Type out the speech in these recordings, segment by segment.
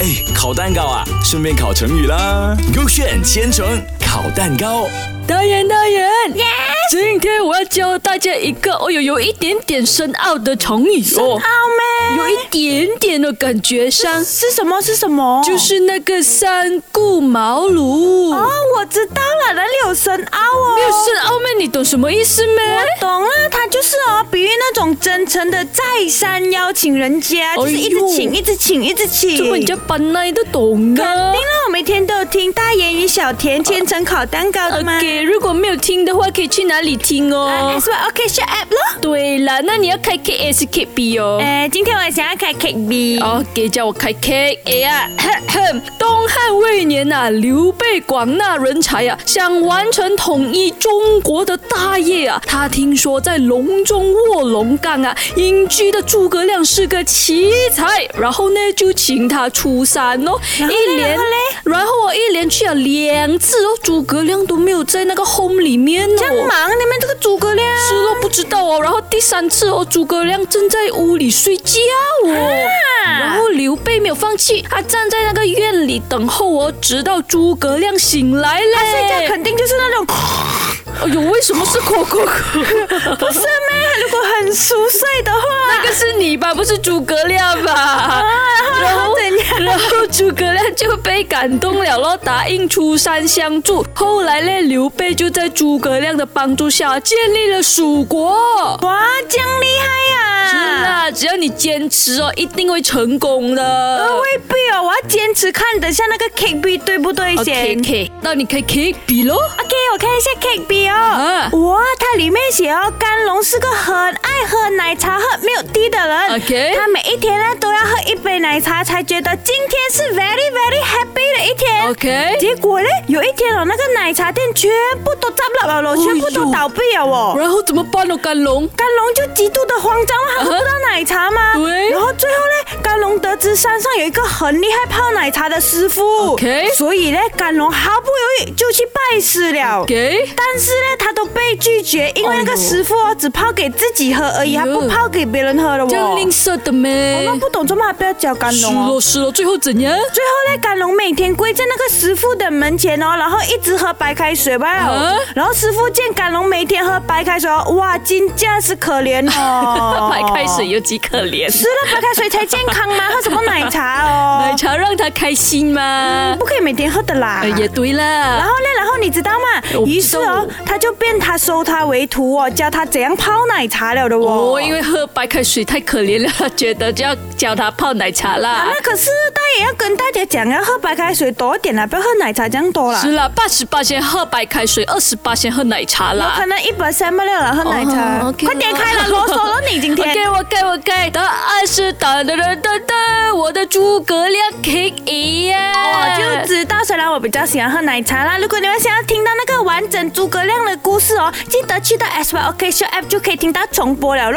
烤蛋糕啊，顺便烤成语啦。勾选千层烤蛋糕。 大人，今天我要教大家一个有一点点深奥的成语深奥咩？ 有一点点的感觉上是什么？ 就是那个三顾茅庐。 哦，我知道了，哪里有深奥哦？ 没有深奥咩？你懂什么意思咩？ 我懂了，它就是比喻那种真诚的再三邀请人家，就是一直请。 怎么你叫班奈都懂的？ 肯定了，我每天都有听大言与小甜千层烤蛋糕的吗？ 如果没有听的话，可以去哪里听哦 ？SYOK Show App 咯。 对了，那你要开 K A 是 K B 哦？ 今天我想要开 K B。 OK， 叫我开 K A 啊。东汉未年啊，刘备广纳人才啊，想完成统一中国的大业啊。他听说在隆中卧龙岗啊，隐居的诸葛亮是个奇才，然后呢就请他出山哦。然后我一连去了2次哦，诸葛亮都没有在那个 home 里面哦。 这样忙，你们这个诸葛亮是哦，不知道哦。然后第3次哦，诸葛亮正在屋里睡觉哦。然后刘备没有放弃，他站在那个院里等候哦，直到诸葛亮醒来嘞。 他睡觉肯定就是那种。 哎呦，为什么是口？不是咩？如果很熟睡的话， 那个是你吧，不是诸葛亮吧？ 然后怎样？ 然后诸葛亮就被感动了咯，答应出山相助。后来呢，刘备就在诸葛亮的帮助下建立了蜀国。 哇，这样厉害呀！ 是啦，只要你坚持哦，一定会成功的。 未必哦，我要坚持看得下那个 Cake B 对不对先 ？OK， 那你开 Cake B 咯。 OK， 我看一下 Cake B 哦。哇，它里面写甘龙是个很爱喝奶茶、喝milk tea的人。 OK， 他每一天呢都要喝1杯奶茶，才觉得今天是 very happy 的一天。 OK， 结果呢，有一天那个奶茶店全部都砸了咯，全部都倒闭了哦。 然后怎么办哦，甘龙就极度的慌张了，他喝不到奶茶吗？ 对。 然后最后呢，甘龙得知山上有一个很厉害泡奶茶的师傅。 OK， 所以呢，甘龙毫不犹豫就去拜师了。 OK， 但是呢，他都被拒绝，因为那个师傅只泡给自己喝而已，他不泡给别人喝的哦。 这样吝啬的咩？ 我们不懂，怎么还不要教甘龙？ 是咯，最后怎样？ 最后呢，甘龙每天跪在那个师傅的门前哦，然后一直喝白开水吧。然后师傅见甘龙每天喝白开水哦，哇，真的是可怜哦。 白开水有几可怜？ 是了，白开水才健康嘛，喝什么奶茶哦？ 奶茶让他开心嘛。 不可以每天喝的啦。 也对啦。 然后你知道吗？于是他就变收他为徒哦，教他怎样泡奶茶了的哦。 因为喝白开水太可怜了，觉得就要教他泡奶茶啦。 那可是他也要跟大家讲，要喝白开水多一点啦，不要喝奶茶这样多啦。 是啦，88%喝白开水，28%喝奶茶啦。 有可能100%不了啦，喝奶茶。快点开了，啰嗦了你今天。 我盖。答案是我的诸葛亮 Cake 呀。 我就知道，虽然我比较喜欢喝奶茶啦，如果你们想要听到那个完整诸葛亮的故事哦，记得去到 SYOK Show App 就可以听到重播了咯。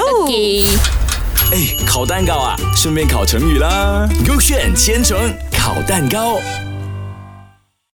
烤蛋糕啊，顺便烤成语啦。勾选千层烤蛋糕。